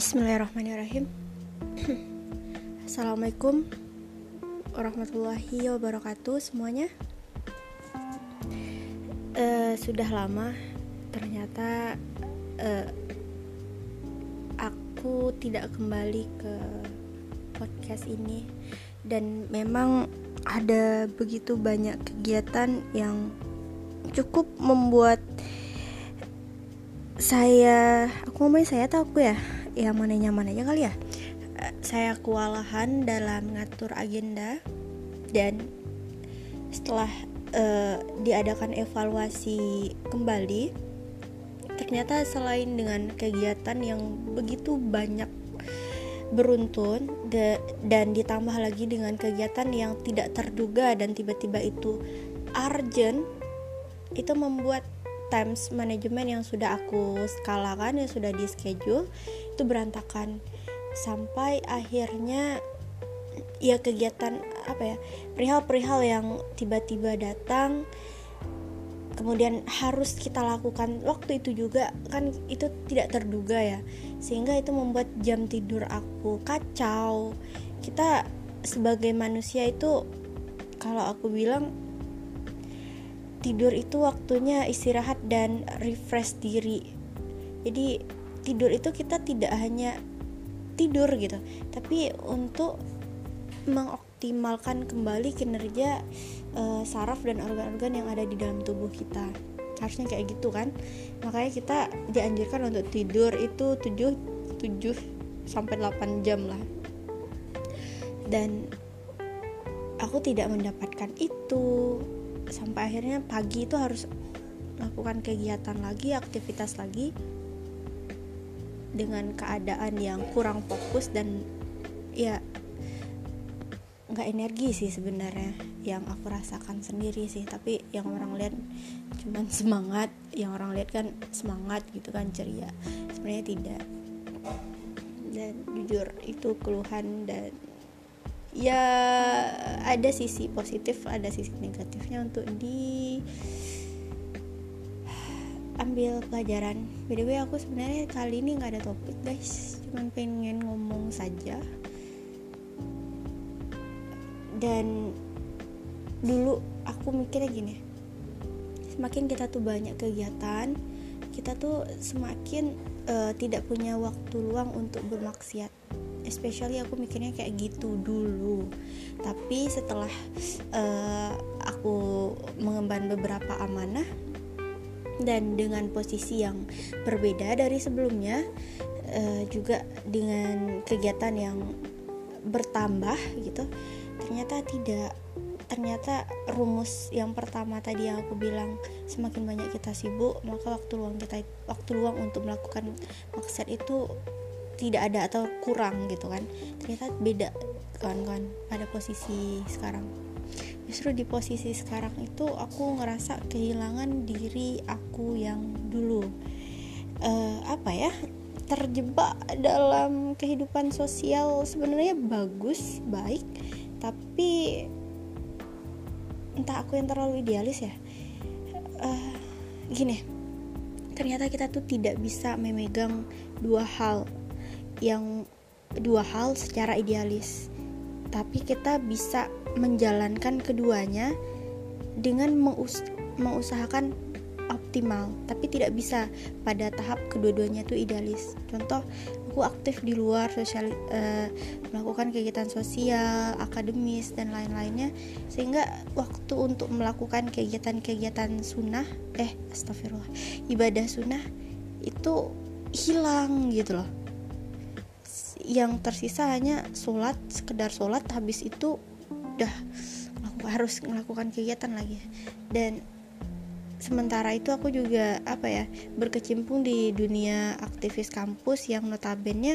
Bismillahirrahmanirrahim. Assalamualaikum warahmatullahi wabarakatuh semuanya. Sudah lama ternyata aku tidak kembali ke podcast ini, dan memang ada begitu banyak kegiatan yang cukup membuat saya mana nyaman aja kali ya. Saya kewalahan dalam ngatur agenda, dan setelah diadakan evaluasi kembali, ternyata selain dengan kegiatan yang begitu banyak beruntun dan ditambah lagi dengan kegiatan yang tidak terduga dan tiba-tiba itu urgent, itu membuat times management yang sudah aku skalakan, yang sudah di schedule, itu berantakan. Sampai akhirnya ya kegiatan perihal-perihal yang tiba-tiba datang kemudian harus kita lakukan waktu itu juga, kan itu tidak terduga ya, sehingga itu membuat jam tidur aku kacau. Kita sebagai manusia itu, kalau aku bilang, tidur itu waktunya istirahat dan refresh diri. Jadi tidur itu kita tidak hanya tidur gitu, tapi untuk mengoptimalkan kembali kinerja saraf dan organ-organ yang ada di dalam tubuh kita. Harusnya kayak gitu kan. Makanya kita dianjurkan untuk tidur itu 7 sampai 8 jam lah. Dan aku tidak mendapatkan itu. Sampai akhirnya pagi itu harus melakukan kegiatan lagi, aktivitas lagi, dengan keadaan yang kurang fokus dan ya nggak energi sih sebenarnya, yang aku rasakan sendiri sih. Tapi yang orang lihat cuman semangat, yang orang lihat kan semangat gitu kan, ceria. Sebenarnya tidak. Dan jujur itu keluhan, dan ya ada sisi positif, ada sisi negatifnya untuk diambil pelajaran. By the way, aku sebenarnya kali ini nggak ada topik guys, cuman pengen ngomong saja. Dan dulu aku mikirnya gini, semakin kita tuh banyak kegiatan, kita tuh semakin tidak punya waktu luang untuk bermaksiat. Especially aku mikirnya kayak gitu dulu. Tapi setelah aku mengemban beberapa amanah, dan dengan posisi yang berbeda dari sebelumnya, juga dengan kegiatan yang bertambah gitu, ternyata rumus yang pertama tadi yang aku bilang, semakin banyak kita sibuk, maka waktu luang untuk melakukan maksiat itu tidak ada atau kurang gitu kan. Ternyata beda kan pada posisi sekarang. Justru di posisi sekarang itu aku ngerasa kehilangan diri aku yang dulu terjebak dalam kehidupan sosial. Sebenarnya bagus, baik, tapi entah aku yang terlalu idealis ya. Gini, ternyata kita tuh tidak bisa memegang dua hal secara idealis, tapi kita bisa menjalankan keduanya dengan mengusahakan optimal, tapi tidak bisa pada tahap kedua-duanya itu idealis. Contoh, aku aktif di luar melakukan kegiatan sosial, akademis, dan lain-lainnya, sehingga waktu untuk melakukan kegiatan ibadah sunnah itu hilang gitu loh. Yang tersisa hanya sekedar sholat, habis itu udah harus melakukan kegiatan lagi. Dan sementara itu aku juga berkecimpung di dunia aktivis kampus yang notabene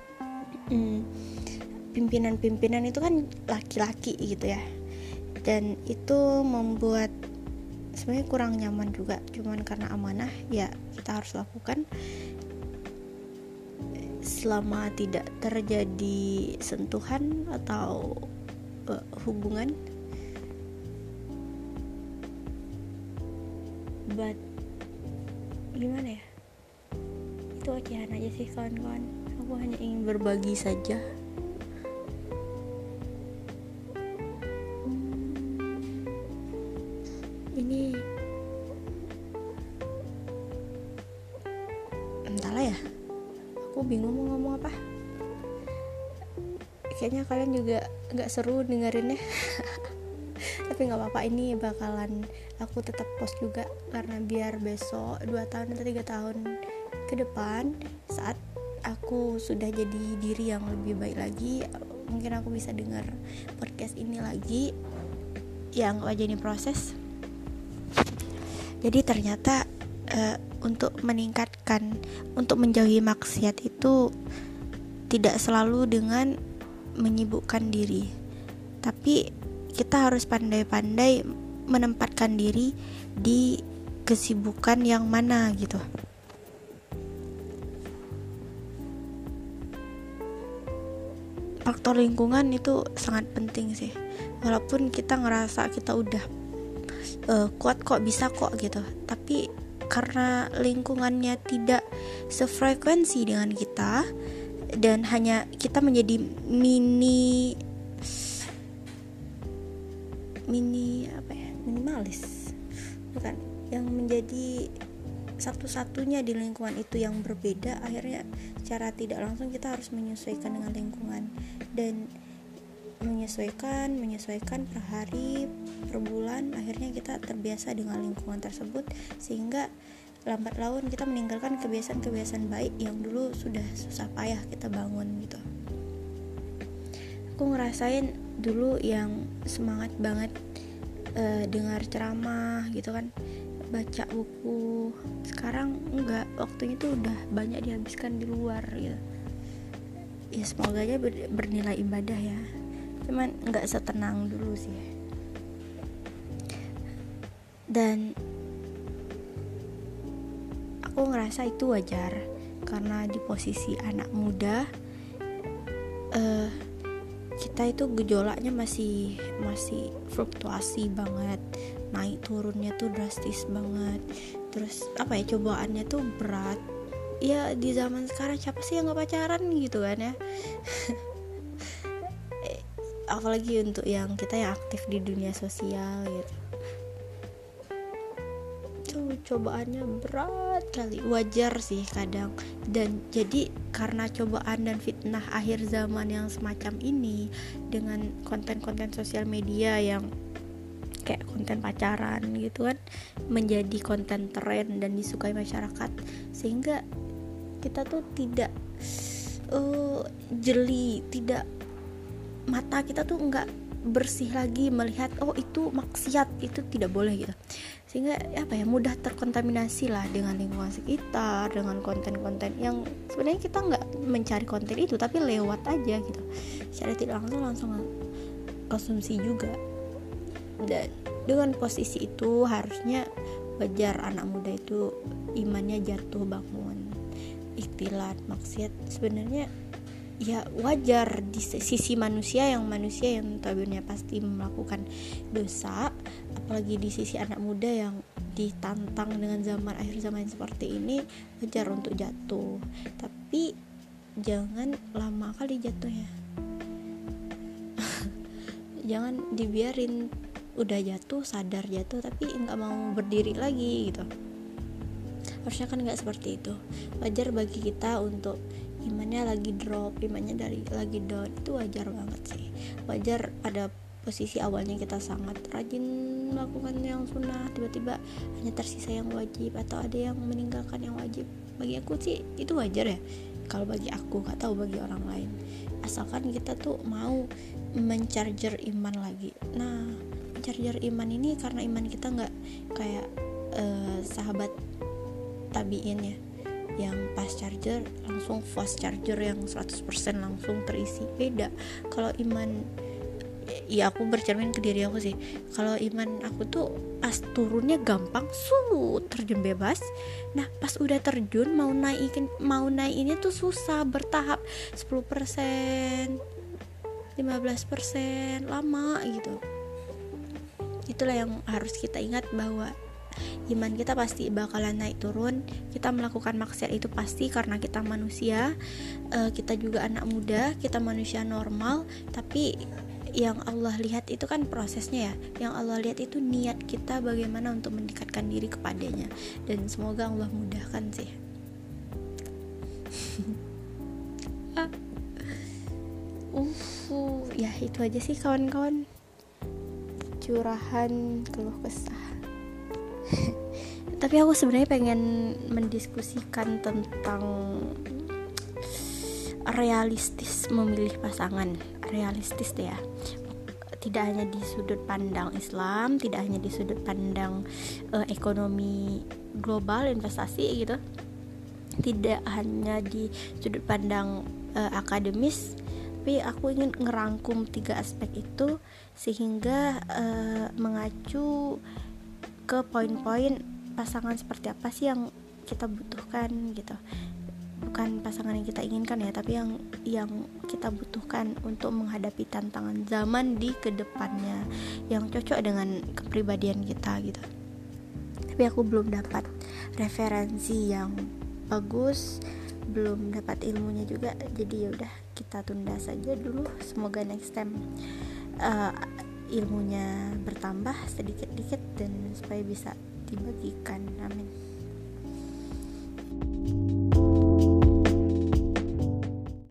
pimpinan itu kan laki-laki gitu ya, dan itu membuat sebenarnya kurang nyaman juga. Cuman karena amanah ya kita harus lakukan selama tidak terjadi sentuhan atau hubungan. But gimana ya, itu ocehan aja sih kawan-kawan. Aku Aku hanya ingin berbagi saja. Ini entahlah ya, aku bingung mau ngomong apa. Kayaknya kalian juga gak seru dengerinnya. Tapi gak apa-apa, ini bakalan aku tetap post juga, karena biar besok 2 tahun atau 3 tahun ke depan, saat aku sudah jadi diri yang lebih baik lagi, mungkin aku bisa dengar podcast ini lagi. Ya anggap aja ini proses. Jadi ternyata untuk meningkatkan, untuk menjauhi maksiat itu tidak selalu dengan menyibukkan diri, tapi kita harus pandai-pandai menempatkan diri di kesibukan yang mana gitu. Faktor lingkungan itu sangat penting sih. Walaupun kita ngerasa kita udah kuat kok, bisa kok gitu, tapi karena lingkungannya tidak sefrekuensi dengan kita, dan hanya kita menjadi minimalis, bukan, yang menjadi satu-satunya di lingkungan itu yang berbeda. Akhirnya secara tidak langsung kita harus menyesuaikan dengan lingkungan, dan menyesuaikan per hari, per bulan. Akhirnya kita terbiasa dengan lingkungan tersebut, sehingga lambat laun kita meninggalkan kebiasaan-kebiasaan baik yang dulu sudah susah payah kita bangun gitu. Aku ngerasain dulu yang semangat banget dengar ceramah gitu kan, baca buku. Sekarang enggak, waktunya tuh udah banyak dihabiskan di luar gitu. Ya semoga aja bernilai ibadah ya, cuman enggak setenang dulu sih. Dan aku ngerasa itu wajar, karena di posisi anak muda kita itu gejolaknya masih fluktuasi banget, naik turunnya tuh drastis banget. Terus cobaannya tuh berat. Ya di zaman sekarang siapa sih yang nggak pacaran gitu kan ya. Apalagi untuk yang kita yang aktif di dunia sosial gitu, cobaannya berat kali. Wajar sih kadang. Dan jadi karena cobaan dan fitnah akhir zaman yang semacam ini, dengan konten-konten sosial media yang kayak konten pacaran gitu kan, menjadi konten tren dan disukai masyarakat, sehingga kita tuh tidak jeli, tidak, mata kita tuh nggak bersih lagi melihat itu maksiat, itu tidak boleh gitu. Sehingga mudah terkontaminasi lah dengan lingkungan sekitar, dengan konten-konten yang sebenarnya kita nggak mencari konten itu, tapi lewat aja gitu, secara tidak langsung konsumsi juga. Dan dengan posisi itu harusnya wajar anak muda itu imannya jatuh bangun, ikhtilat, maksiat. Sebenarnya ya wajar di sisi manusia yang tabiatnya pasti melakukan dosa, apalagi di sisi anak muda yang ditantang dengan akhir zaman seperti ini, wajar untuk jatuh. Tapi jangan lama kali jatuhnya. Jangan dibiarin udah jatuh, sadar jatuh tapi nggak mau berdiri lagi gitu. Harusnya kan nggak seperti itu. Wajar bagi kita untuk imannya lagi drop, lagi down, itu wajar banget sih. Wajar pada posisi awalnya kita sangat rajin melakukan yang sunnah, tiba-tiba hanya tersisa yang wajib, atau ada yang meninggalkan yang wajib. Bagi aku sih itu wajar ya. Kalau bagi aku, gak tahu bagi orang lain. Asalkan kita tuh mau mencharger iman lagi. Nah, mencharger iman ini karena iman kita gak kayak sahabat tabiin ya, yang pas charger langsung fast charger yang 100% langsung terisi. Beda. Kalau iman, ya aku bercermin ke diri aku sih, kalau iman aku tuh pas turunnya gampang, terjun bebas. Nah pas udah terjun mau naikinnya tuh susah, bertahap, 10%, 15%, lama gitu. Itulah yang harus kita ingat, bahwa iman kita pasti bakalan naik turun. Kita melakukan maksiat itu pasti karena kita manusia, kita juga anak muda, kita manusia normal. Tapi yang Allah lihat itu kan prosesnya ya. Yang Allah lihat itu niat kita bagaimana untuk mendekatkan diri kepadanya. Dan semoga Allah mudahkan sih. Ya itu aja sih kawan-kawan, curahan keluh kesah. Tapi aku sebenarnya pengen mendiskusikan tentang realistis memilih pasangan. Realistis deh ya, tidak hanya di sudut pandang Islam, tidak hanya di sudut pandang ekonomi global, investasi gitu, tidak hanya di sudut pandang akademis, tapi aku ingin ngerangkum 3 aspek itu sehingga mengacu ke poin-poin pasangan seperti apa sih yang kita butuhkan gitu. Bukan pasangan yang kita inginkan ya, tapi yang kita butuhkan untuk menghadapi tantangan zaman di kedepannya, yang cocok dengan kepribadian kita gitu. Tapi aku belum dapat referensi yang bagus, belum dapat ilmunya juga, jadi yaudah kita tunda saja dulu. Semoga next time ilmunya bertambah sedikit-sedikit dan supaya bisa dibagikan. Amin.